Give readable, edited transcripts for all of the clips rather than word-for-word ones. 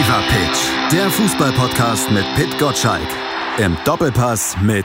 Fever Pitch, der Fußball-Podcast mit Pit Gottschalk. Im Doppelpass mit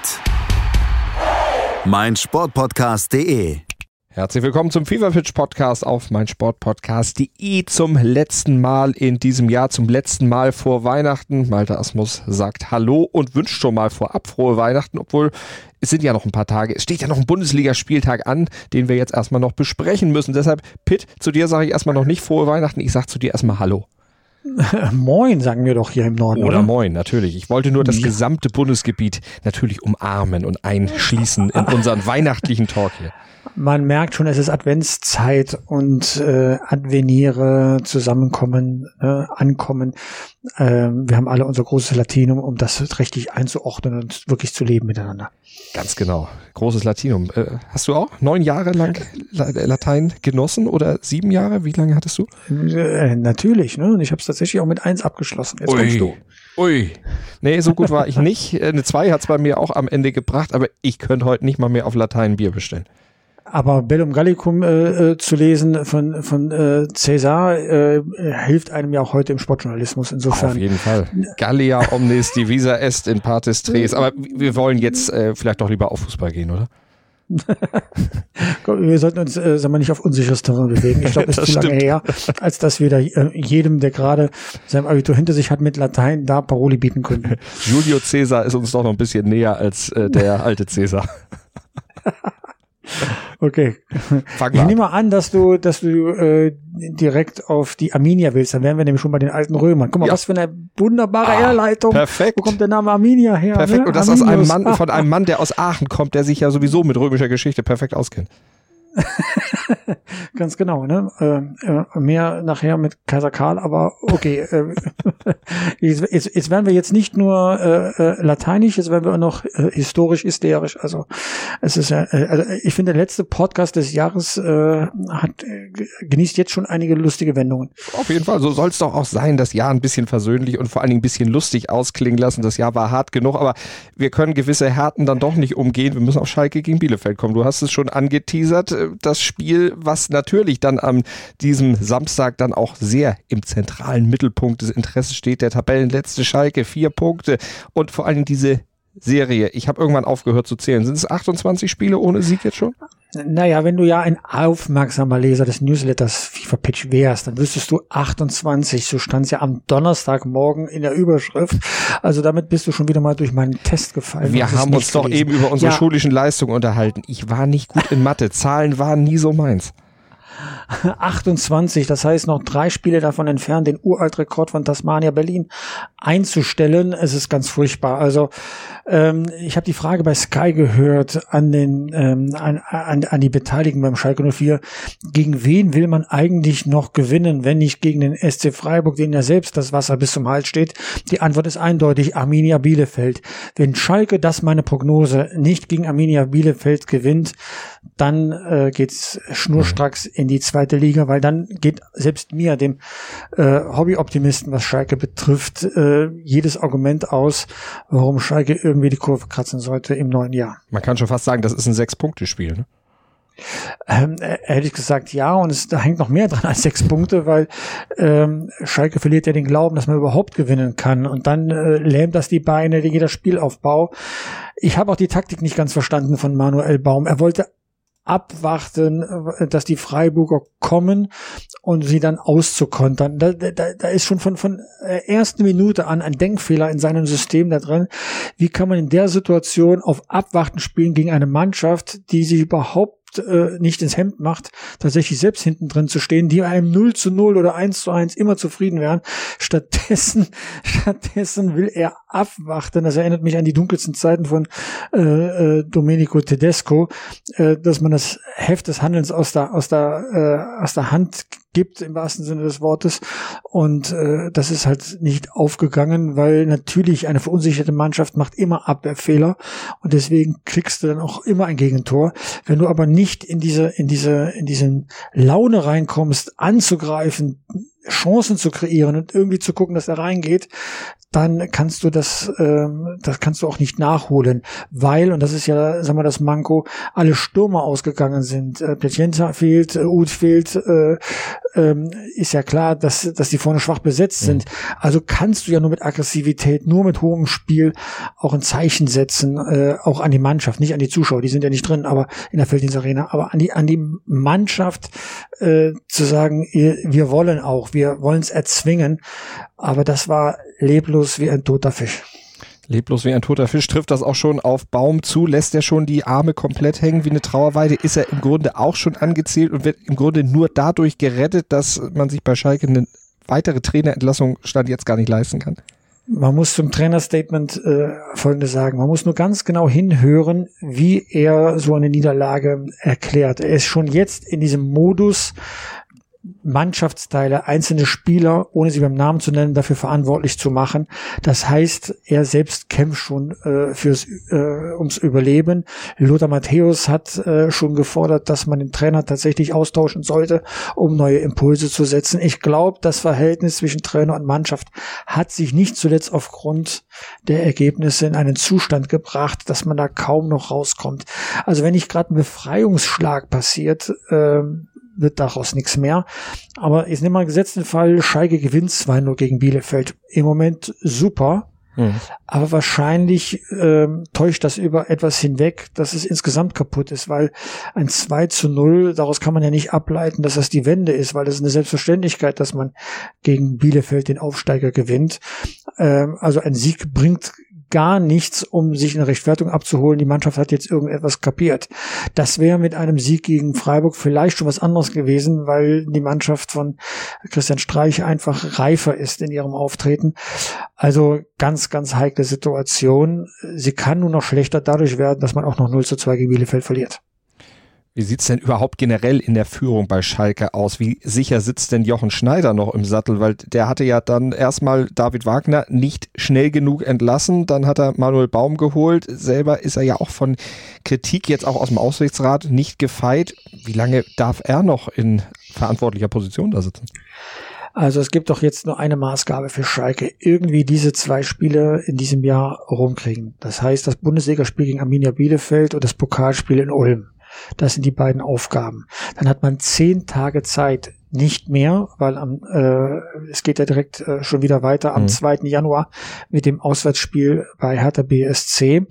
meinsportpodcast.de. Herzlich willkommen zum Fever Pitch Podcast auf meinsportpodcast.de zum letzten Mal in diesem Jahr, zum letzten Mal vor Weihnachten. Malte Asmus sagt Hallo und wünscht schon mal vorab frohe Weihnachten, obwohl es sind ja noch ein paar Tage, es steht ja noch ein Bundesligaspieltag an, den wir jetzt erstmal noch besprechen müssen. Deshalb, Pitt, zu dir sage ich erstmal noch nicht frohe Weihnachten, ich sage zu dir erstmal Hallo. Moin, sagen wir doch hier im Norden, oder? Moin, natürlich. Ich wollte nur das gesamte Bundesgebiet natürlich umarmen und einschließen in unseren weihnachtlichen Talk hier. Man merkt schon, es ist Adventszeit und Adveniere zusammenkommen, ankommen. Wir haben alle unser großes Latinum, um das richtig einzuordnen und wirklich zu leben miteinander. Ganz genau. Großes Latinum. Hast du auch 9 Jahre lang Latein genossen oder 7 Jahre? Wie lange hattest du? Natürlich, ne? Und ich habe es tatsächlich auch mit 1 abgeschlossen. Jetzt kommst du. Ui. Nee, so gut war ich nicht. Eine 2 hat es bei mir auch am Ende gebracht, aber ich könnte heute nicht mal mehr auf Latein Bier bestellen. Aber Bellum Gallicum zu lesen von Cäsar hilft einem ja auch heute im Sportjournalismus. Insofern. Auf jeden Fall. Gallia omnis divisa est in partes tres. Aber wir wollen jetzt vielleicht doch lieber auf Fußball gehen, oder? Wir sollten uns sagen wir nicht auf unsicheres Terrain bewegen. Ich glaube, es ist zu lange her, als dass wir da jedem, der gerade sein Abitur hinter sich hat, mit Latein da Paroli bieten können. Julio Cäsar ist uns doch noch ein bisschen näher als der alte Cäsar. Okay. Ich nehme mal an, dass du direkt auf die Arminia willst. Dann wären wir nämlich schon bei den alten Römern. Guck mal, was für eine wunderbare Herleitung. Perfekt. Wo kommt der Name Arminia her? Perfekt. Ne? Und das aus einem Mann, von einem Mann, der aus Aachen kommt, der sich ja sowieso mit römischer Geschichte perfekt auskennt. Ganz genau, ne? Mehr nachher mit Kaiser Karl, aber okay. Jetzt werden wir jetzt nicht nur lateinisch, jetzt werden wir auch noch historisch, hysterisch. Also es ist ja, also ich finde, der letzte Podcast des Jahres genießt jetzt schon einige lustige Wendungen. Auf jeden Fall, so soll es doch auch sein, das Jahr ein bisschen versöhnlich und vor allen Dingen ein bisschen lustig ausklingen lassen. Das Jahr war hart genug, aber wir können gewisse Härten dann doch nicht umgehen. Wir müssen auf Schalke gegen Bielefeld kommen. Du hast es schon angeteasert. Das Spiel, was natürlich dann an diesem Samstag dann auch sehr im zentralen Mittelpunkt des Interesses steht, der Tabellenletzte Schalke, 4 Punkte und vor allem diese Serie. Ich habe irgendwann aufgehört zu zählen. Sind es 28 Spiele ohne Sieg jetzt schon? Naja, wenn du ja ein aufmerksamer Leser des Newsletters FIFA Pitch wärst, dann wüsstest du 28. So stand es ja am Donnerstagmorgen in der Überschrift. Also damit bist du schon wieder mal durch meinen Test gefallen. Wir haben uns doch eben über unsere schulischen Leistungen unterhalten. Ich war nicht gut in Mathe. Zahlen waren nie so meins. 28, das heißt noch 3 Spiele davon entfernt, den Uraltrekord von Tasmania Berlin einzustellen. Es ist ganz furchtbar. Also ich habe die Frage bei Sky gehört an die Beteiligten beim Schalke 04. Gegen wen will man eigentlich noch gewinnen, wenn nicht gegen den SC Freiburg, denen ja selbst das Wasser bis zum Hals steht? Die Antwort ist eindeutig: Arminia Bielefeld. Wenn Schalke, das ist meine Prognose, nicht gegen Arminia Bielefeld gewinnt, dann geht's schnurstracks in die 2. Liga, weil dann geht selbst mir, dem Hobbyoptimisten, was Schalke betrifft, jedes Argument aus, warum Schalke irgendwie die Kurve kratzen sollte im neuen Jahr. Man kann schon fast sagen, das ist ein 6-Punkte-Spiel, ne? Ehrlich gesagt ja, und da hängt noch mehr dran als 6 Punkte, weil Schalke verliert ja den Glauben, dass man überhaupt gewinnen kann, und dann lähmt das die Beine, jeder Spielaufbau. Ich habe auch die Taktik nicht ganz verstanden von Manuel Baum. Er wollte abwarten, dass die Freiburger kommen und sie dann auszukontern. Da ist schon von ersten Minute an ein Denkfehler in seinem System da drin. Wie kann man in der Situation auf Abwarten spielen gegen eine Mannschaft, die sich überhaupt nicht ins Hemd macht, tatsächlich selbst hinten drin zu stehen, die einem 0:0 oder 1:1 immer zufrieden wären. Stattdessen will er abwarten. Das erinnert mich an die dunkelsten Zeiten von Domenico Tedesco, dass man das Heft des Handelns aus der Hand gibt, im wahrsten Sinne des Wortes. Und das ist halt nicht aufgegangen, weil natürlich eine verunsicherte Mannschaft macht immer Abwehrfehler, und deswegen kriegst du dann auch immer ein Gegentor. Wenn du aber nicht in diesen Laune reinkommst, anzugreifen, Chancen zu kreieren und irgendwie zu gucken, dass er reingeht, dann kannst du das kannst du auch nicht nachholen, weil, und das ist ja, sagen wir, das Manko, alle Stürmer ausgegangen sind. Pjanic fehlt, Uth fehlt, ist ja klar, dass die vorne schwach besetzt sind. Also kannst du ja nur mit Aggressivität, nur mit hohem Spiel auch ein Zeichen setzen, auch an die Mannschaft, nicht an die Zuschauer, die sind ja nicht drin, aber in der Felddienstarena, aber an die Mannschaft zu sagen, wir wollen es erzwingen, aber das war leblos wie ein toter Fisch. Leblos wie ein toter Fisch, trifft das auch schon auf Baum zu, lässt er schon die Arme komplett hängen wie eine Trauerweide, ist er im Grunde auch schon angezählt und wird im Grunde nur dadurch gerettet, dass man sich bei Schalke eine weitere Trainerentlassung Stand jetzt gar nicht leisten kann? Man muss zum Trainerstatement Folgendes sagen. Man muss nur ganz genau hinhören, wie er so eine Niederlage erklärt. Er ist schon jetzt in diesem Modus, Mannschaftsteile, einzelne Spieler, ohne sie beim Namen zu nennen, dafür verantwortlich zu machen. Das heißt, er selbst kämpft schon ums Überleben. Lothar Matthäus hat schon gefordert, dass man den Trainer tatsächlich austauschen sollte, um neue Impulse zu setzen. Ich glaube, das Verhältnis zwischen Trainer und Mannschaft hat sich nicht zuletzt aufgrund der Ergebnisse in einen Zustand gebracht, dass man da kaum noch rauskommt. Also wenn nicht gerade ein Befreiungsschlag passiert, wird daraus nichts mehr. Aber jetzt nehmen wir einen gesetzten Fall, Schalke gewinnt 2-0 gegen Bielefeld. Im Moment super, aber wahrscheinlich täuscht das über etwas hinweg, dass es insgesamt kaputt ist, weil ein 2-0, daraus kann man ja nicht ableiten, dass das die Wende ist, weil das ist eine Selbstverständlichkeit, dass man gegen Bielefeld den Aufsteiger gewinnt. Also ein Sieg bringt gar nichts, um sich eine Rechtfertigung abzuholen. Die Mannschaft hat jetzt irgendetwas kapiert. Das wäre mit einem Sieg gegen Freiburg vielleicht schon was anderes gewesen, weil die Mannschaft von Christian Streich einfach reifer ist in ihrem Auftreten. Also ganz, ganz heikle Situation. Sie kann nur noch schlechter dadurch werden, dass man auch noch 0-2 gegen Bielefeld verliert. Wie sieht's denn überhaupt generell in der Führung bei Schalke aus? Wie sicher sitzt denn Jochen Schneider noch im Sattel? Weil der hatte ja dann erstmal David Wagner nicht schnell genug entlassen, dann hat er Manuel Baum geholt. Selber ist er ja auch von Kritik jetzt auch aus dem Aufsichtsrat nicht gefeit. Wie lange darf er noch in verantwortlicher Position da sitzen? Also es gibt doch jetzt nur eine Maßgabe für Schalke. Irgendwie diese 2 Spiele in diesem Jahr rumkriegen. Das heißt, das Bundesligaspiel gegen Arminia Bielefeld und das Pokalspiel in Ulm. Das sind die beiden Aufgaben. Dann hat man 10 Tage Zeit, nicht mehr, weil es geht ja direkt schon wieder weiter am 2. Januar mit dem Auswärtsspiel bei Hertha BSC.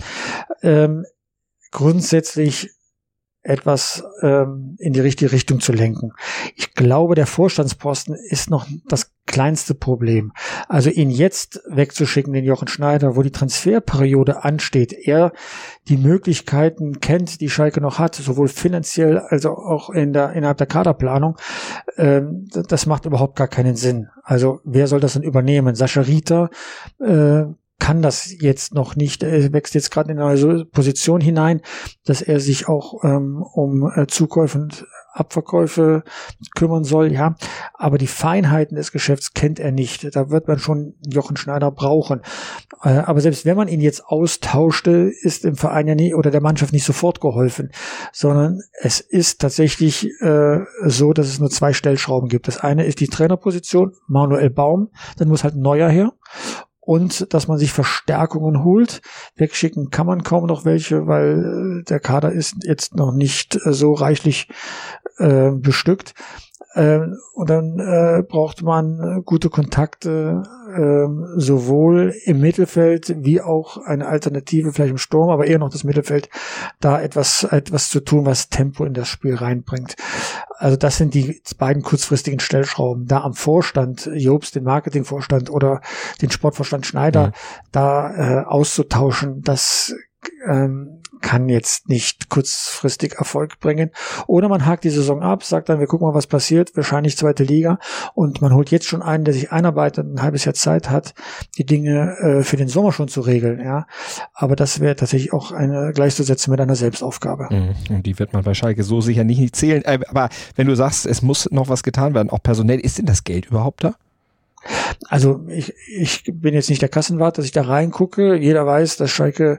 Grundsätzlich etwas in die richtige Richtung zu lenken. Ich glaube, der Vorstandsposten ist noch das kleinste Problem. Also ihn jetzt wegzuschicken, den Jochen Schneider, wo die Transferperiode ansteht, er die Möglichkeiten kennt, die Schalke noch hat, sowohl finanziell als auch innerhalb der Kaderplanung, das macht überhaupt gar keinen Sinn. Also wer soll das denn übernehmen? Sascha Rieter kann das jetzt noch nicht. Er wächst jetzt gerade in eine neue Position hinein, dass er sich auch um Zukäufe und Abverkäufe kümmern soll, ja. Aber die Feinheiten des Geschäfts kennt er nicht. Da wird man schon Jochen Schneider brauchen. Aber selbst wenn man ihn jetzt austauschte, ist im Verein ja nicht oder der Mannschaft nicht sofort geholfen, sondern es ist tatsächlich so, dass es nur 2 Stellschrauben gibt. Das eine ist die Trainerposition, Manuel Baum, dann muss halt ein neuer her. Und dass man sich Verstärkungen holt. Wegschicken kann man kaum noch welche, weil der Kader ist jetzt noch nicht so reichlich bestückt. Und dann braucht man gute Kontakte, sowohl im Mittelfeld wie auch eine Alternative, vielleicht im Sturm, aber eher noch das Mittelfeld, da etwas zu tun, was Tempo in das Spiel reinbringt. Also das sind die beiden kurzfristigen Stellschrauben. Da am Vorstand, Jobst, den Marketingvorstand oder den Sportvorstand Schneider, da auszutauschen, das kann jetzt nicht kurzfristig Erfolg bringen. Oder man hakt die Saison ab, sagt dann, wir gucken mal, was passiert, wahrscheinlich 2. Liga, und man holt jetzt schon einen, der sich einarbeitet und ein halbes Jahr Zeit hat, die Dinge für den Sommer schon zu regeln. Ja, aber das wäre tatsächlich auch gleichzusetzen mit einer Selbstaufgabe. Und die wird man bei Schalke so sicher nicht zählen. Aber wenn du sagst, es muss noch was getan werden, auch personell, ist denn das Geld überhaupt da? Also ich bin jetzt nicht der Kassenwart, dass ich da reingucke. Jeder weiß, dass Schalke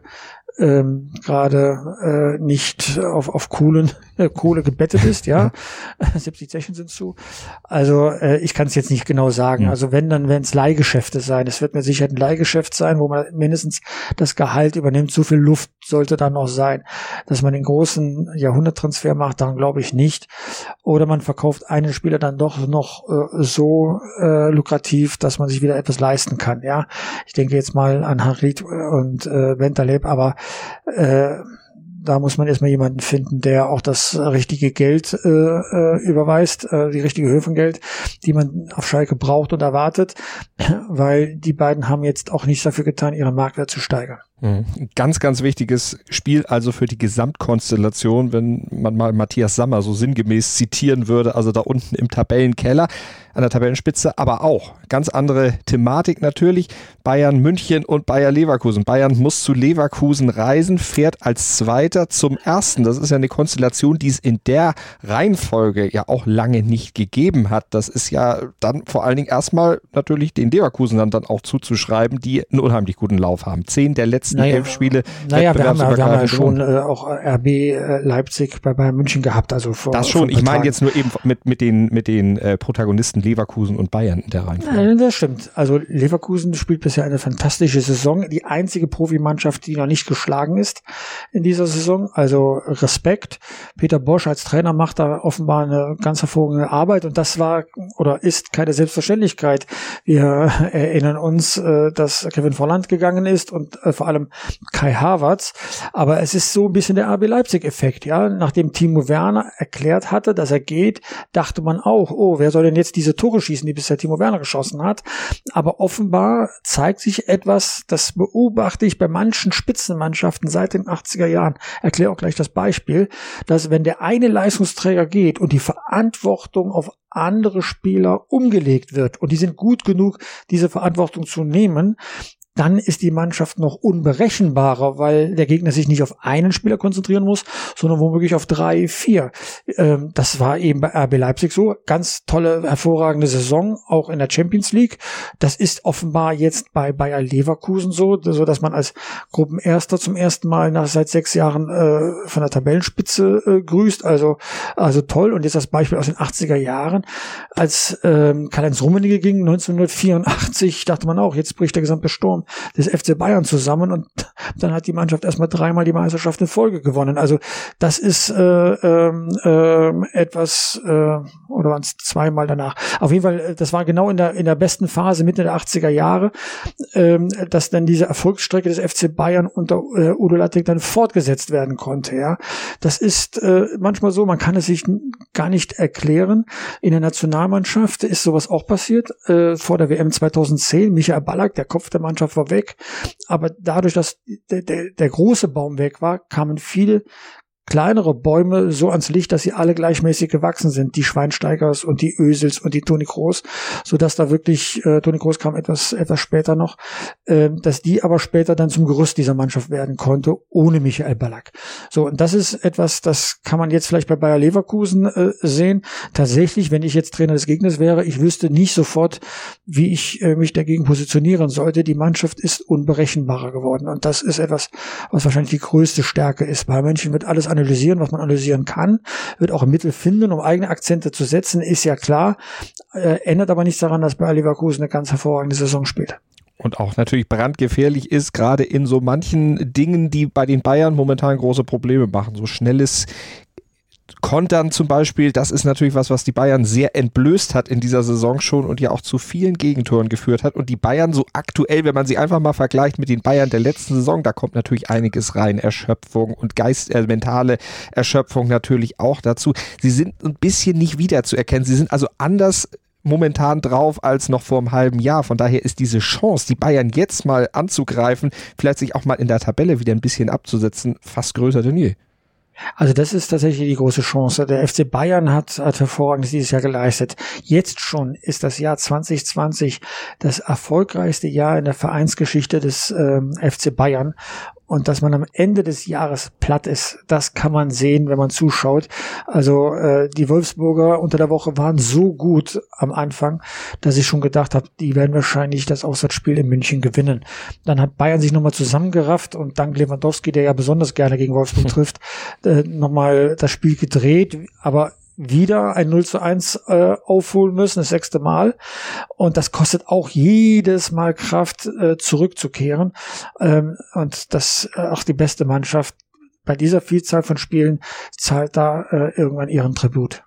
gerade nicht auf Kohle gebettet ist, ja. 70 Zechen sind zu. Also ich kann es jetzt nicht genau sagen. Also wenn, dann werden es Leihgeschäfte sein. Es wird mit Sicherheit ein Leihgeschäft sein, wo man mindestens das Gehalt übernimmt. So viel Luft sollte da noch sein. Dass man den großen Jahrhunderttransfer macht, daran glaube ich nicht. Oder man verkauft einen Spieler dann doch noch so lukrativ, dass man sich wieder etwas leisten kann, ja. Ich denke jetzt mal an Harit und Bentaleb, aber da muss man erstmal jemanden finden, der auch das richtige Geld überweist, die richtige Höhe von Geld, die man auf Schalke braucht und erwartet, weil die beiden haben jetzt auch nichts dafür getan, ihren Marktwert zu steigern. Ganz, ganz wichtiges Spiel also für die Gesamtkonstellation, wenn man mal Matthias Sammer so sinngemäß zitieren würde, also da unten im Tabellenkeller, an der Tabellenspitze, aber auch ganz andere Thematik natürlich, Bayern München und Bayer Leverkusen. Bayern muss zu Leverkusen reisen, fährt als Zweiter zum Ersten. Das ist ja eine Konstellation, die es in der Reihenfolge ja auch lange nicht gegeben hat. Das ist ja dann vor allen Dingen erstmal natürlich den Leverkusenern dann auch zuzuschreiben, die einen unheimlich guten Lauf haben. 10 der letzten 11 Spiele. Naja, wir haben ja schon auch RB Leipzig bei Bayern München gehabt. Also das schon, ich meine jetzt nur eben mit den Protagonisten Leverkusen und Bayern in der Reihenfolge. Das stimmt. Also Leverkusen spielt bisher eine fantastische Saison. Die einzige Profimannschaft, die noch nicht geschlagen ist in dieser Saison. Also Respekt. Peter Bosz als Trainer macht da offenbar eine ganz hervorragende Arbeit und das war oder ist keine Selbstverständlichkeit. Wir erinnern uns, dass Kevin Volland gegangen ist und vor allem Kai Havertz. Aber es ist so ein bisschen der RB Leipzig-Effekt. Ja? Nachdem Timo Werner erklärt hatte, dass er geht, dachte man auch, oh, wer soll denn jetzt diese Tore schießen, die bisher Timo Werner geschossen hat. Aber offenbar zeigt sich etwas, das beobachte ich bei manchen Spitzenmannschaften seit den 80er Jahren. Erkläre auch gleich das Beispiel, dass wenn der eine Leistungsträger geht und die Verantwortung auf andere Spieler umgelegt wird und die sind gut genug, diese Verantwortung zu nehmen, dann ist die Mannschaft noch unberechenbarer, weil der Gegner sich nicht auf einen Spieler konzentrieren muss, sondern womöglich auf 3, 4. Das war eben bei RB Leipzig so. Ganz tolle, hervorragende Saison, auch in der Champions League. Das ist offenbar jetzt bei Bayer Leverkusen so, dass man als Gruppenerster zum ersten Mal seit 6 Jahren von der Tabellenspitze grüßt. Also toll. Und jetzt das Beispiel aus den 80er Jahren. Als Karl-Heinz Rummenigge ging 1984, dachte man auch, jetzt bricht der gesamte Sturm des FC Bayern zusammen und dann hat die Mannschaft erstmal 3-mal die Meisterschaft in Folge gewonnen. Also das ist etwas, oder waren es 2-mal danach. Auf jeden Fall, das war genau in der besten Phase Mitte der 80er Jahre, dass dann diese Erfolgsstrecke des FC Bayern unter Udo Lattek dann fortgesetzt werden konnte. Ja, das ist manchmal so, man kann es sich gar nicht erklären. In der Nationalmannschaft ist sowas auch passiert, vor der WM 2010. Michael Ballack, der Kopf der Mannschaft, war weg, aber dadurch, dass der große Baum weg war, kamen viele kleinere Bäume so ans Licht, dass sie alle gleichmäßig gewachsen sind. Die Schweinsteigers und die Özils und die Toni Kroos, sodass da wirklich, Toni Kroos kam etwas später noch, dass die aber später dann zum Gerüst dieser Mannschaft werden konnte, ohne Michael Ballack. So, und das ist etwas, das kann man jetzt vielleicht bei Bayer Leverkusen sehen. Tatsächlich, wenn ich jetzt Trainer des Gegners wäre, ich wüsste nicht sofort, wie ich mich dagegen positionieren sollte. Die Mannschaft ist unberechenbarer geworden und das ist etwas, was wahrscheinlich die größte Stärke ist. Bayern München wird alles analysieren, was man analysieren kann, wird auch Mittel finden, um eigene Akzente zu setzen, ist ja klar, ändert aber nichts daran, dass Bayer Leverkusen eine ganz hervorragende Saison spielt. Und auch natürlich brandgefährlich ist, gerade in so manchen Dingen, die bei den Bayern momentan große Probleme machen, so schnelles Kontern zum Beispiel, das ist natürlich was die Bayern sehr entblößt hat in dieser Saison schon und ja auch zu vielen Gegentoren geführt hat. Und die Bayern so aktuell, wenn man sie einfach mal vergleicht mit den Bayern der letzten Saison, da kommt natürlich einiges rein. Erschöpfung und mentale Erschöpfung natürlich auch dazu. Sie sind ein bisschen nicht wiederzuerkennen. Sie sind also anders momentan drauf als noch vor einem halben Jahr. Von daher ist diese Chance, die Bayern jetzt mal anzugreifen, vielleicht sich auch mal in der Tabelle wieder ein bisschen abzusetzen, fast größer denn je. Also das ist tatsächlich die große Chance. Der FC Bayern hat hervorragendes dieses Jahr geleistet. Jetzt schon ist das Jahr 2020 das erfolgreichste Jahr in der Vereinsgeschichte des FC Bayern. Und dass man am Ende des Jahres platt ist, das kann man sehen, wenn man zuschaut. Also die Wolfsburger unter der Woche waren so gut am Anfang, dass ich schon gedacht habe, die werden wahrscheinlich das Auswärtsspiel in München gewinnen. Dann hat Bayern sich nochmal zusammengerafft und dank Lewandowski, der ja besonders gerne gegen Wolfsburg trifft, nochmal das Spiel gedreht, aber wieder ein 0:1 aufholen müssen, das 6. Mal. Und das kostet auch jedes Mal Kraft, zurückzukehren. Und das auch die beste Mannschaft bei dieser Vielzahl von Spielen zahlt da irgendwann ihren Tribut.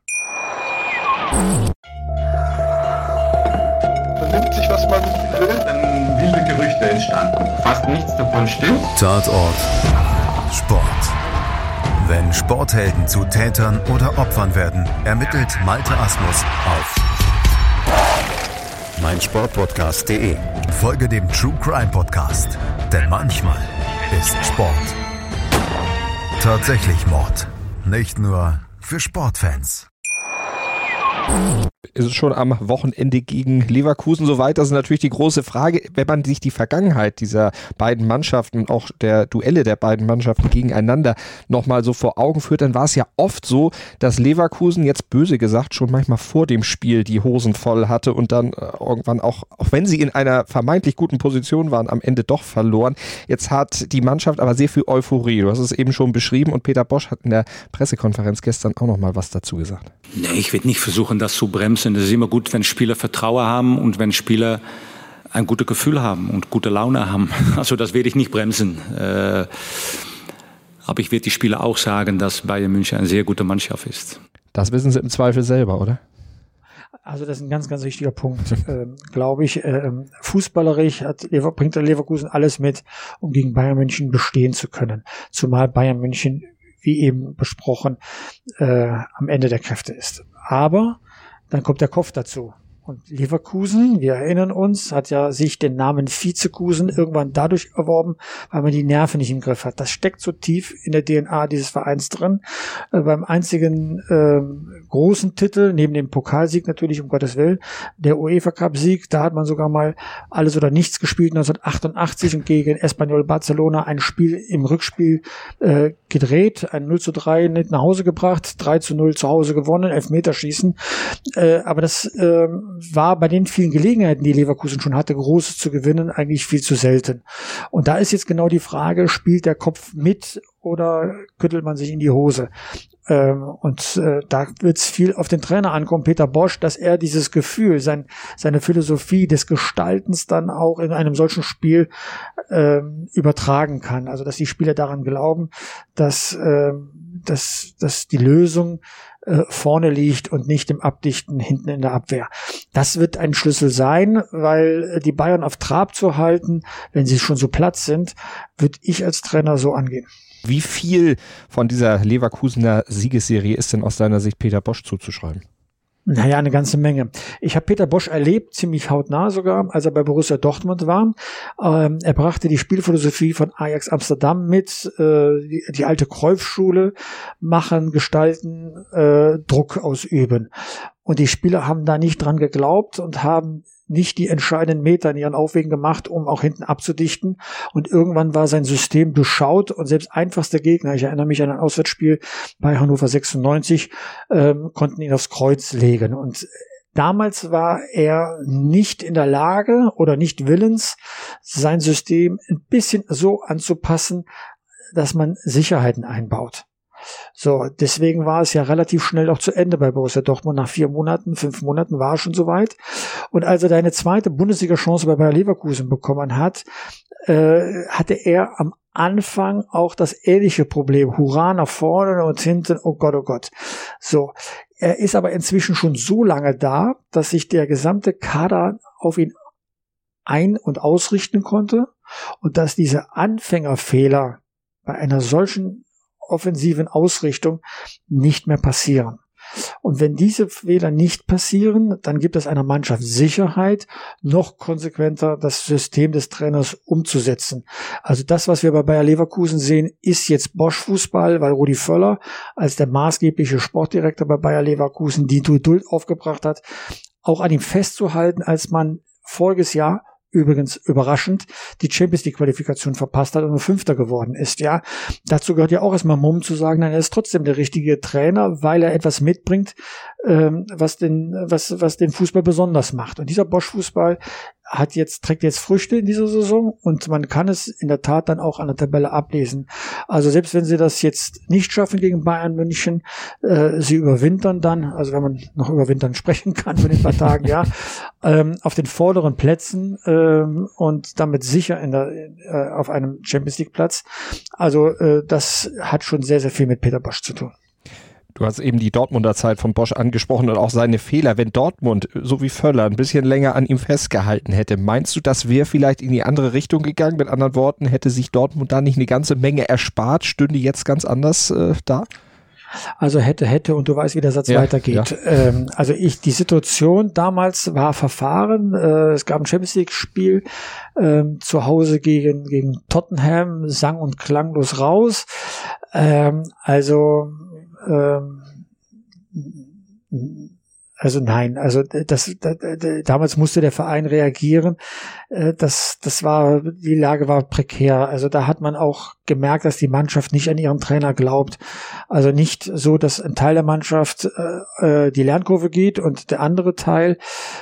Vernimmt sich, was man will, dann wilde Gerüchte entstanden. Fast nichts davon stimmt. Tatort Sport. Wenn Sporthelden zu Tätern oder Opfern werden, ermittelt Malte Asmus auf meinsportpodcast.de. Folge dem True Crime Podcast, denn manchmal ist Sport tatsächlich Mord. Nicht nur für Sportfans. Ist es schon am Wochenende gegen Leverkusen soweit? Das ist natürlich die große Frage. Wenn man sich die Vergangenheit dieser beiden Mannschaften und auch der Duelle der beiden Mannschaften gegeneinander nochmal so vor Augen führt, dann war es ja oft so, dass Leverkusen, jetzt böse gesagt, schon manchmal vor dem Spiel die Hosen voll hatte und dann irgendwann auch wenn sie in einer vermeintlich guten Position waren, am Ende doch verloren. Jetzt hat die Mannschaft aber sehr viel Euphorie. Du hast es eben schon beschrieben und Peter Bosz hat in der Pressekonferenz gestern auch nochmal was dazu gesagt. Nee, ich werde nicht versuchen, das zu bremsen. Es ist immer gut, wenn Spieler Vertrauen haben und wenn Spieler ein gutes Gefühl haben und gute Laune haben. Also das werde ich nicht bremsen. Aber ich werde die Spieler auch sagen, dass Bayern München eine sehr gute Mannschaft ist. Das wissen sie im Zweifel selber, oder? Also das ist ein ganz, ganz wichtiger Punkt, glaube ich. Fußballerisch bringt der Leverkusen alles mit, um gegen Bayern München bestehen zu können. Zumal Bayern München, wie eben besprochen, am Ende der Kräfte ist. Aber dann kommt der Kopf dazu. Und Leverkusen, wir erinnern uns, hat ja sich den Namen Vizekusen irgendwann dadurch erworben, weil man die Nerven nicht im Griff hat. Das steckt so tief in der DNA dieses Vereins drin. Beim einzigen großen Titel, neben dem Pokalsieg natürlich, um Gottes Willen, der UEFA-Cup-Sieg, da hat man sogar mal alles oder nichts gespielt, 1988 und gegen Espanyol Barcelona ein Spiel im Rückspiel gedreht, ein 0:3 nicht nach Hause gebracht, 3:0 zu Hause gewonnen, Elfmeterschießen. Aber das war bei den vielen Gelegenheiten, die Leverkusen schon hatte, Großes zu gewinnen, eigentlich viel zu selten. Und da ist jetzt genau die Frage, spielt der Kopf mit oder küttelt man sich in die Hose? Da wird es viel auf den Trainer ankommen, Peter Bosz, dass er dieses Gefühl, seine Philosophie des Gestaltens dann auch in einem solchen Spiel übertragen kann. Also dass die Spieler daran glauben, dass die Lösung vorne liegt und nicht im Abdichten hinten in der Abwehr. Das wird ein Schlüssel sein, weil die Bayern auf Trab zu halten, wenn sie schon so platt sind, würde ich als Trainer so angehen. Wie viel von dieser Leverkusener Siegesserie ist denn aus deiner Sicht Peter Bosz zuzuschreiben? Naja, eine ganze Menge. Ich habe Peter Bosz erlebt, ziemlich hautnah sogar, als er bei Borussia Dortmund war. Er brachte die Spielphilosophie von Ajax Amsterdam mit, die alte Cruyff-Schule, machen, gestalten, Druck ausüben. Und die Spieler haben da nicht dran geglaubt und haben nicht die entscheidenden Meter in ihren Aufwegen gemacht, um auch hinten abzudichten. Und irgendwann war sein System durchschaut und selbst einfachste Gegner, ich erinnere mich an ein Auswärtsspiel bei Hannover 96, konnten ihn aufs Kreuz legen. Und damals war er nicht in der Lage oder nicht willens, sein System ein bisschen so anzupassen, dass man Sicherheiten einbaut. So, deswegen war es ja relativ schnell auch zu Ende bei Borussia Dortmund. Nach 5 Monaten war er schon soweit. Und als er eine zweite Bundesliga-Chance bei Bayer Leverkusen bekommen hat, hatte er am Anfang auch das ähnliche Problem. Hurra nach vorne und hinten, oh Gott, oh Gott. So, er ist aber inzwischen schon so lange da, dass sich der gesamte Kader auf ihn ein- und ausrichten konnte und dass diese Anfängerfehler bei einer solchen offensiven Ausrichtung nicht mehr passieren. Und wenn diese Fehler nicht passieren, dann gibt es einer Mannschaft Sicherheit, noch konsequenter das System des Trainers umzusetzen. Also das, was wir bei Bayer Leverkusen sehen, ist jetzt Bosch-Fußball, weil Rudi Völler als der maßgebliche Sportdirektor bei Bayer Leverkusen die Geduld aufgebracht hat, auch an ihm festzuhalten, als man voriges Jahr übrigens überraschend, die Champions-League-Qualifikation verpasst hat und nur Fünfter geworden ist, ja. Dazu gehört ja auch erstmal Mumm zu sagen, nein, er ist trotzdem der richtige Trainer, weil er etwas mitbringt, was den Fußball besonders macht. Und dieser Bosch-Fußball trägt jetzt Früchte in dieser Saison und man kann es in der Tat dann auch an der Tabelle ablesen. Also selbst wenn sie das jetzt nicht schaffen gegen Bayern München, sie überwintern dann, also wenn man noch über Wintern sprechen kann von den paar Tagen, ja, auf den vorderen Plätzen und damit sicher auf einem Champions-League-Platz. Also das hat schon sehr, sehr viel mit Peter Bosch zu tun. Du hast eben die Dortmunder Zeit von Bosch angesprochen und auch seine Fehler. Wenn Dortmund, so wie Völler, ein bisschen länger an ihm festgehalten hätte, meinst du, das wäre vielleicht in die andere Richtung gegangen? Mit anderen Worten, hätte sich Dortmund da nicht eine ganze Menge erspart, stünde jetzt ganz anders da? Also hätte und du weißt, wie der Satz weitergeht. Ja. Also die Situation damals war verfahren. Es gab ein Champions-League-Spiel zu Hause gegen Tottenham, sang- und klanglos raus. Damals musste der Verein reagieren. Die Lage war prekär. Also da hat man auch gemerkt, dass die Mannschaft nicht an ihren Trainer glaubt. Also nicht so, dass ein Teil der Mannschaft die Lernkurve geht und der andere Teil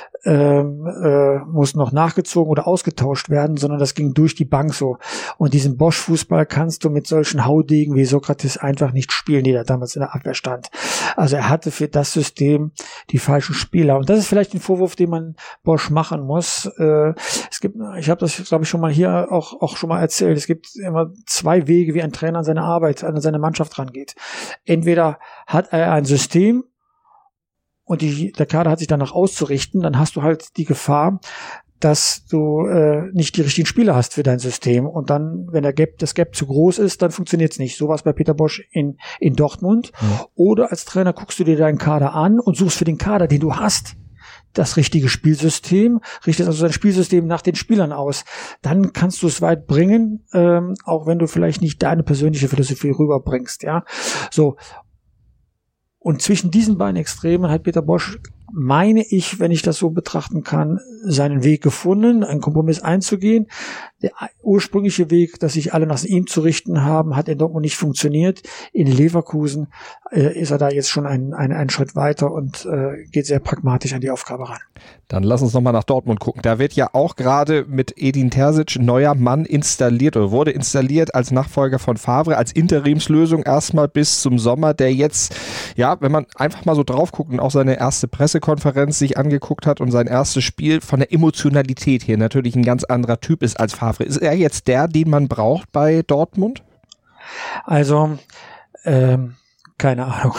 muss noch nachgezogen oder ausgetauscht werden, sondern das ging durch die Bank so. Und diesen Bosch-Fußball kannst du mit solchen Haudegen wie Sokrates einfach nicht spielen, die da damals in der Abwehr stand. Also er hatte für das System die falschen Spieler. Und das ist vielleicht ein Vorwurf, den man Bosch machen muss. Ich habe das, glaube ich, schon mal hier auch schon mal erzählt. Es gibt immer zwei Wege, wie ein Trainer an seine Arbeit, an seine Mannschaft rangeht. Entweder hat er ein System, und der Kader hat sich danach auszurichten, dann hast du halt die Gefahr, dass du nicht die richtigen Spieler hast für dein System. Und dann, wenn das Gap zu groß ist, dann funktioniert es nicht. So war es bei Peter Bosch in Dortmund. Ja. Oder als Trainer guckst du dir deinen Kader an und suchst für den Kader, den du hast, das richtige Spielsystem, richtest also dein Spielsystem nach den Spielern aus. Dann kannst du es weit bringen, auch wenn du vielleicht nicht deine persönliche Philosophie rüberbringst. Ja, so. Und zwischen diesen beiden Extremen hat Peter Bosch, meine ich, wenn ich das so betrachten kann, seinen Weg gefunden, einen Kompromiss einzugehen. Der ursprüngliche Weg, dass sich alle nach ihm zu richten haben, hat in Dortmund nicht funktioniert. In Leverkusen ist er da jetzt schon einen Schritt weiter und geht sehr pragmatisch an die Aufgabe ran. Dann lass uns nochmal nach Dortmund gucken. Da wird ja auch gerade mit Edin Terzic ein neuer Mann installiert oder wurde installiert als Nachfolger von Favre, als Interimslösung erstmal bis zum Sommer, der jetzt, ja, wenn man einfach mal so drauf guckt und auch seine erste Pressekonferenz sich angeguckt hat und sein erstes Spiel von der Emotionalität her natürlich ein ganz anderer Typ ist als Favre. Ist er jetzt der, den man braucht bei Dortmund? Also, keine Ahnung.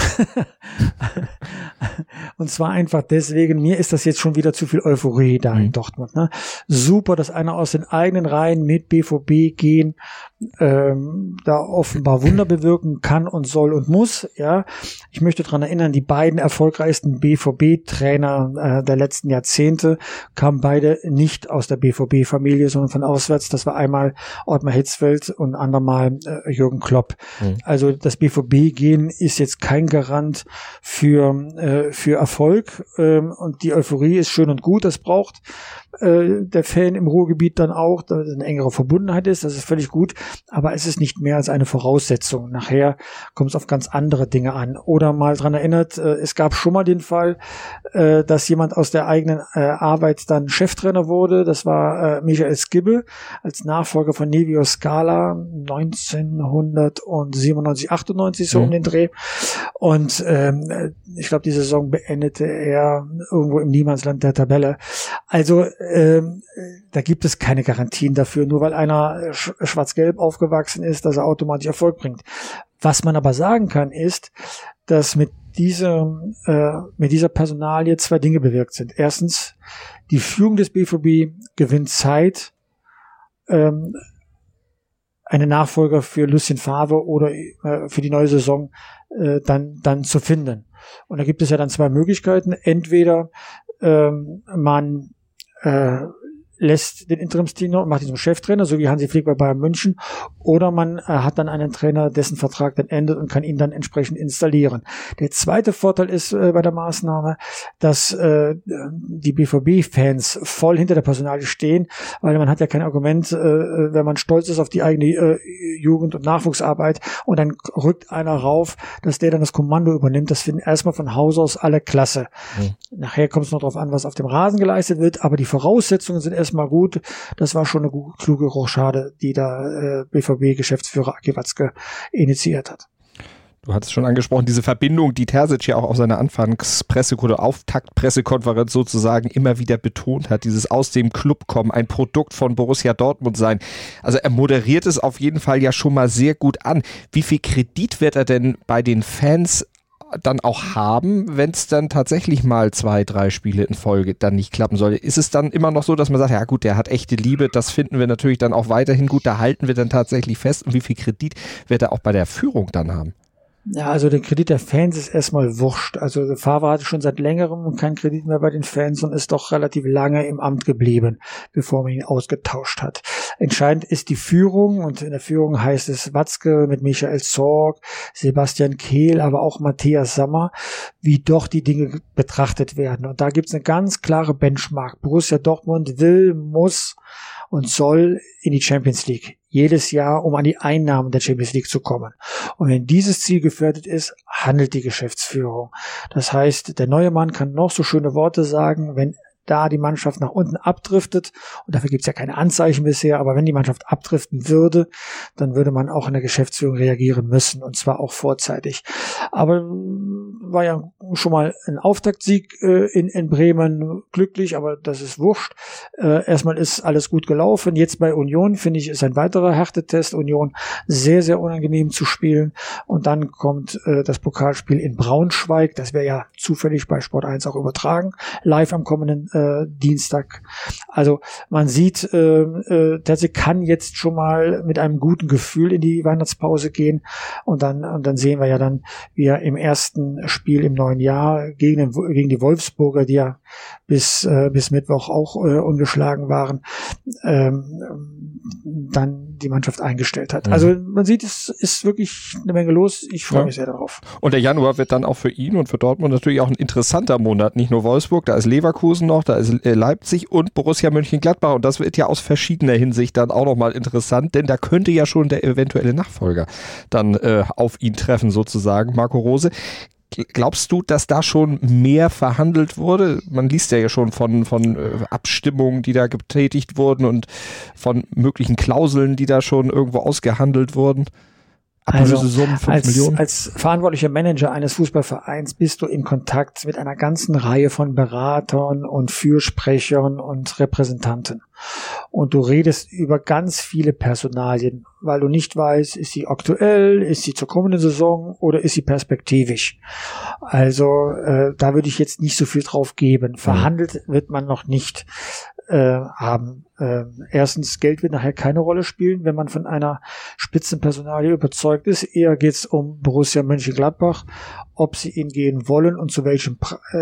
Und zwar einfach deswegen, mir ist das jetzt schon wieder zu viel Euphorie da in Dortmund. Ne? Super, dass einer aus den eigenen Reihen mit BVB gehen, da offenbar Wunder bewirken kann und soll und muss. Ja, ich möchte daran erinnern, die beiden erfolgreichsten BVB-Trainer der letzten Jahrzehnte kamen beide nicht aus der BVB-Familie, sondern von auswärts. Das war einmal Ottmar Hitzfeld und andermal Jürgen Klopp. Also das BVB-Gehen ist jetzt kein Garant für Erfolg, und die Euphorie ist schön und gut, das braucht der Fan im Ruhrgebiet dann auch, dass eine engere Verbundenheit ist, das ist völlig gut, aber es ist nicht mehr als eine Voraussetzung. Nachher kommt es auf ganz andere Dinge an. Oder mal dran erinnert, es gab schon mal den Fall, dass jemand aus der eigenen Arbeit dann Cheftrainer wurde, das war Michael Skibbe als Nachfolger von Nevio Scala 1997, 98 so um den Dreh, und ich glaube, die Saison beendete er irgendwo im Niemandsland der Tabelle. Also da gibt es keine Garantien dafür, nur weil einer schwarz-gelb aufgewachsen ist, dass er automatisch Erfolg bringt. Was man aber sagen kann, ist, dass mit dieser Personalie zwei Dinge bewirkt sind. Erstens, die Führung des BVB gewinnt Zeit, einen Nachfolger für Lucien Favre oder für die neue Saison dann zu finden. Und da gibt es ja dann zwei Möglichkeiten. Entweder man lässt den Interimstrainer und macht ihn zum Cheftrainer, so wie Hansi Flick bei Bayern München, oder man hat dann einen Trainer, dessen Vertrag dann endet und kann ihn dann entsprechend installieren. Der zweite Vorteil ist bei der Maßnahme, dass die BVB-Fans voll hinter der Personalie stehen, weil man hat ja kein Argument, wenn man stolz ist auf die eigene Jugend- und Nachwuchsarbeit und dann rückt einer rauf, dass der dann das Kommando übernimmt. Das finden erstmal von Haus aus alle klasse. Nachher kommt es noch darauf an, was auf dem Rasen geleistet wird, aber die Voraussetzungen sind erstmal gut. Das war schon eine kluge Rochade, die da BVB-Geschäftsführer Aki Watzke initiiert hat. Du hattest schon angesprochen, diese Verbindung, die Terzic ja auch auf seiner Auftaktpressekonferenz sozusagen immer wieder betont hat, dieses aus dem Club kommen, ein Produkt von Borussia Dortmund sein. Also er moderiert es auf jeden Fall ja schon mal sehr gut an. Wie viel Kredit wird er denn bei den Fans dann auch haben, wenn es dann tatsächlich mal 2, 3 Spiele in Folge dann nicht klappen soll? Ist es dann immer noch so, dass man sagt, ja gut, der hat echte Liebe, das finden wir natürlich dann auch weiterhin gut, da halten wir dann tatsächlich fest, und wie viel Kredit wird er auch bei der Führung dann haben? Ja, also der Kredit der Fans ist erstmal wurscht. Also Favre hatte schon seit längerem keinen Kredit mehr bei den Fans und ist doch relativ lange im Amt geblieben, bevor man ihn ausgetauscht hat. Entscheidend ist die Führung, und in der Führung heißt es Watzke mit Michael Zorc, Sebastian Kehl, aber auch Matthias Sammer, wie doch die Dinge betrachtet werden. Und da gibt es eine ganz klare Benchmark. Borussia Dortmund will, muss und soll in die Champions League jedes Jahr, um an die Einnahmen der Champions League zu kommen. Und wenn dieses Ziel gefährdet ist, handelt die Geschäftsführung. Das heißt, der neue Mann kann noch so schöne Worte sagen, wenn da die Mannschaft nach unten abdriftet, und dafür gibt es ja keine Anzeichen bisher, aber wenn die Mannschaft abdriften würde, dann würde man auch in der Geschäftsführung reagieren müssen, und zwar auch vorzeitig. Aber war ja schon mal ein Auftaktsieg in Bremen, glücklich, aber das ist wurscht. Erstmal ist alles gut gelaufen. Jetzt bei Union, finde ich, ist ein weiterer Härtetest. Union sehr, sehr unangenehm zu spielen. Und dann kommt das Pokalspiel in Braunschweig. Das wäre ja zufällig bei Sport 1 auch übertragen, live am kommenden Dienstag. Also man sieht, Terzic kann jetzt schon mal mit einem guten Gefühl in die Weihnachtspause gehen, und dann sehen wir ja dann, wie er im ersten Spiel im neuen Jahr gegen die Wolfsburger, die ja bis Mittwoch auch ungeschlagen waren, dann die Mannschaft eingestellt hat. Also man sieht, es ist wirklich eine Menge los. Ich freue mich sehr darauf. Und der Januar wird dann auch für ihn und für Dortmund natürlich auch ein interessanter Monat. Nicht nur Wolfsburg, da ist Leverkusen noch, da ist Leipzig und Borussia Mönchengladbach. Und das wird ja aus verschiedener Hinsicht dann auch nochmal interessant, denn da könnte ja schon der eventuelle Nachfolger dann auf ihn treffen sozusagen, Marco Rose. Glaubst du, dass da schon mehr verhandelt wurde? Man liest ja schon von Abstimmungen, die da getätigt wurden, und von möglichen Klauseln, die da schon irgendwo ausgehandelt wurden. Summen, 5 Millionen. Als verantwortlicher Manager eines Fußballvereins bist du in Kontakt mit einer ganzen Reihe von Beratern und Fürsprechern und Repräsentanten. Und du redest über ganz viele Personalien, weil du nicht weißt, ist sie aktuell, ist sie zur kommenden Saison oder ist sie perspektivisch. Also da würde ich jetzt nicht so viel drauf geben. Verhandelt wird man noch nicht haben. Erstens, Geld wird nachher keine Rolle spielen, wenn man von einer Spitzenpersonalie überzeugt ist. Eher geht es um Borussia Mönchengladbach, ob sie ihn gehen wollen und zu welchem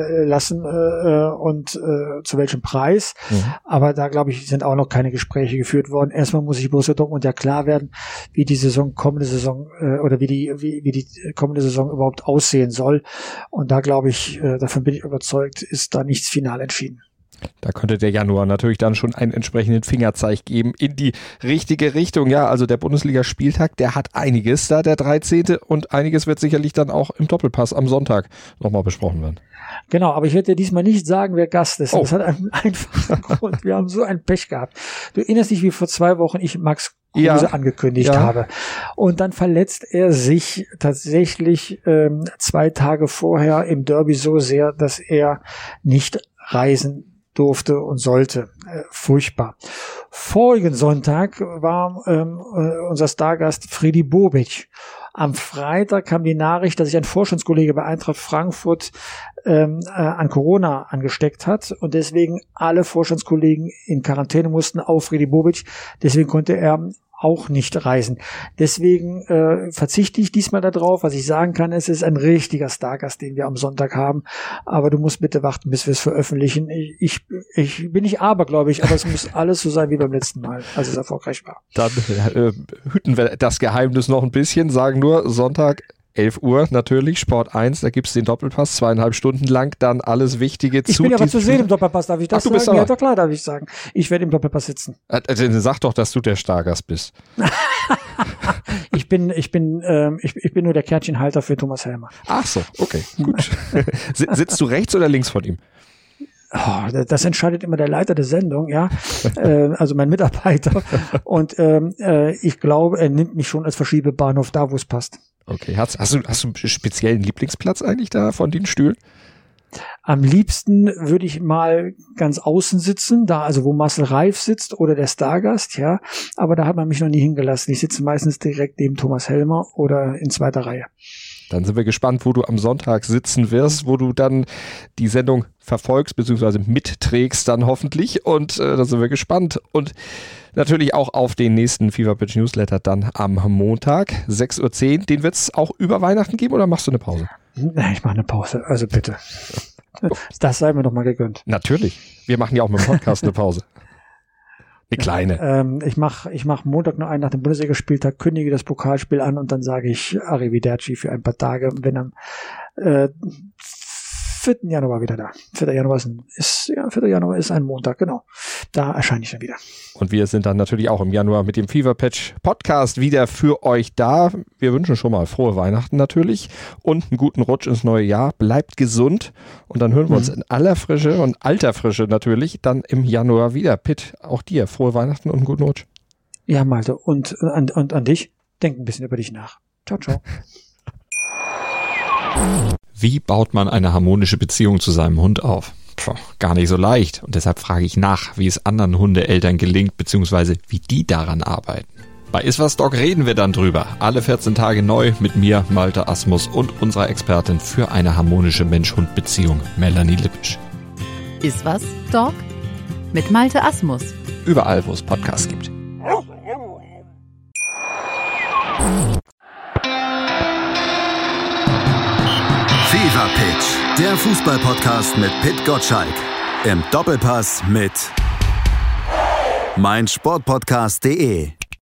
zu welchem Preis. Aber da, glaube ich, sind auch noch keine Gespräche geführt worden. Erstmal muss sich Borussia Dortmund ja klar werden, wie die kommende Saison kommende Saison überhaupt aussehen soll. Und da, glaube ich, davon bin ich überzeugt, ist da nichts final entschieden. Da könnte der Januar natürlich dann schon einen entsprechenden Fingerzeig geben in die richtige Richtung. Ja, also der Bundesliga-Spieltag, der hat einiges da, der 13. Und einiges wird sicherlich dann auch im Doppelpass am Sonntag nochmal besprochen werden. Genau, aber ich werde dir diesmal nicht sagen, wer Gast ist. Das hat einen einfachen Grund. Wir haben so ein Pech gehabt. Du erinnerst dich, wie vor 2 Wochen ich Max Kruse angekündigt habe. Und dann verletzt er sich tatsächlich 2 Tage vorher im Derby so sehr, dass er nicht reisen durfte und sollte. Furchtbar. Vorigen Sonntag war unser Stargast Freddy Bobic. Am Freitag kam die Nachricht, dass sich ein Vorstandskollege bei Eintracht Frankfurt an Corona angesteckt hat und deswegen alle Vorstandskollegen in Quarantäne mussten, auf Freddy Bobic. Deswegen konnte er auch nicht reißen. Deswegen verzichte ich diesmal darauf. Was ich sagen kann, es ist ein richtiger Stargast, den wir am Sonntag haben. Aber du musst bitte warten, bis wir es veröffentlichen. Ich bin nicht abergläubig, aber es muss alles so sein wie beim letzten Mal, als es erfolgreich war. Dann hüten wir das Geheimnis noch ein bisschen, sagen nur Sonntag 11 Uhr natürlich, Sport 1, da gibt's den Doppelpass, 2,5 Stunden lang, dann alles Wichtige Ich bin aber zu sehen im Doppelpass, darf ich das sagen? Ja, doch klar, darf ich sagen. Ich werde im Doppelpass sitzen. Sag doch, dass du der Stargast bist. Ich bin nur der Kärtchenhalter für Thomas Helmer. Ach so, okay, gut. Sitzt du rechts oder links von ihm? Oh, das entscheidet immer der Leiter der Sendung, ja, also mein Mitarbeiter. Und ich glaube, er nimmt mich schon als Verschiebebahnhof da, wo es passt. Okay, hast du einen speziellen Lieblingsplatz eigentlich da von den Stühlen? Am liebsten würde ich mal ganz außen sitzen, da also wo Marcel Reif sitzt oder der Stargast, ja. Aber da hat man mich noch nie hingelassen. Ich sitze meistens direkt neben Thomas Helmer oder in zweiter Reihe. Dann sind wir gespannt, wo du am Sonntag sitzen wirst, wo du dann die Sendung verfolgst bzw. mitträgst dann hoffentlich. Und da sind wir gespannt. Und natürlich auch auf den nächsten Fever Pitch Newsletter dann am Montag, 6:10 Uhr. Den wird es auch über Weihnachten geben oder machst du eine Pause? Nein, ich mache eine Pause, also bitte. Das sei mir doch mal gegönnt. Natürlich. Wir machen ja auch mit dem Podcast eine Pause. Eine kleine. Ich mach Montag noch einen nach dem Bundesligaspieltag, kündige das Pokalspiel an und dann sage ich Arrivederci für ein paar Tage und bin am 4. Januar wieder da. 4. Januar ist ein Montag, genau. Da erscheine ich dann wieder. Und wir sind dann natürlich auch im Januar mit dem Fever Pitch Podcast wieder für euch da. Wir wünschen schon mal frohe Weihnachten natürlich und einen guten Rutsch ins neue Jahr. Bleibt gesund und dann hören wir uns in aller Frische und alter Frische natürlich dann im Januar wieder. Pitt, auch dir frohe Weihnachten und einen guten Rutsch. Ja, Malte, und an dich, denk ein bisschen über dich nach. Ciao, ciao. Wie baut man eine harmonische Beziehung zu seinem Hund auf? Gar nicht so leicht. Und deshalb frage ich nach, wie es anderen Hundeeltern gelingt, beziehungsweise wie die daran arbeiten. Bei Iswas Dog reden wir dann drüber. Alle 14 Tage neu mit mir, Malte Asmus und unserer Expertin für eine harmonische Mensch-Hund-Beziehung, Melanie Lippisch. Iswas Dog mit Malte Asmus. Überall, wo es Podcasts gibt. Fever Pitch, der Fußball-Podcast mit Pitt Gottschalk. Im Doppelpass mit meinsportpodcast.de.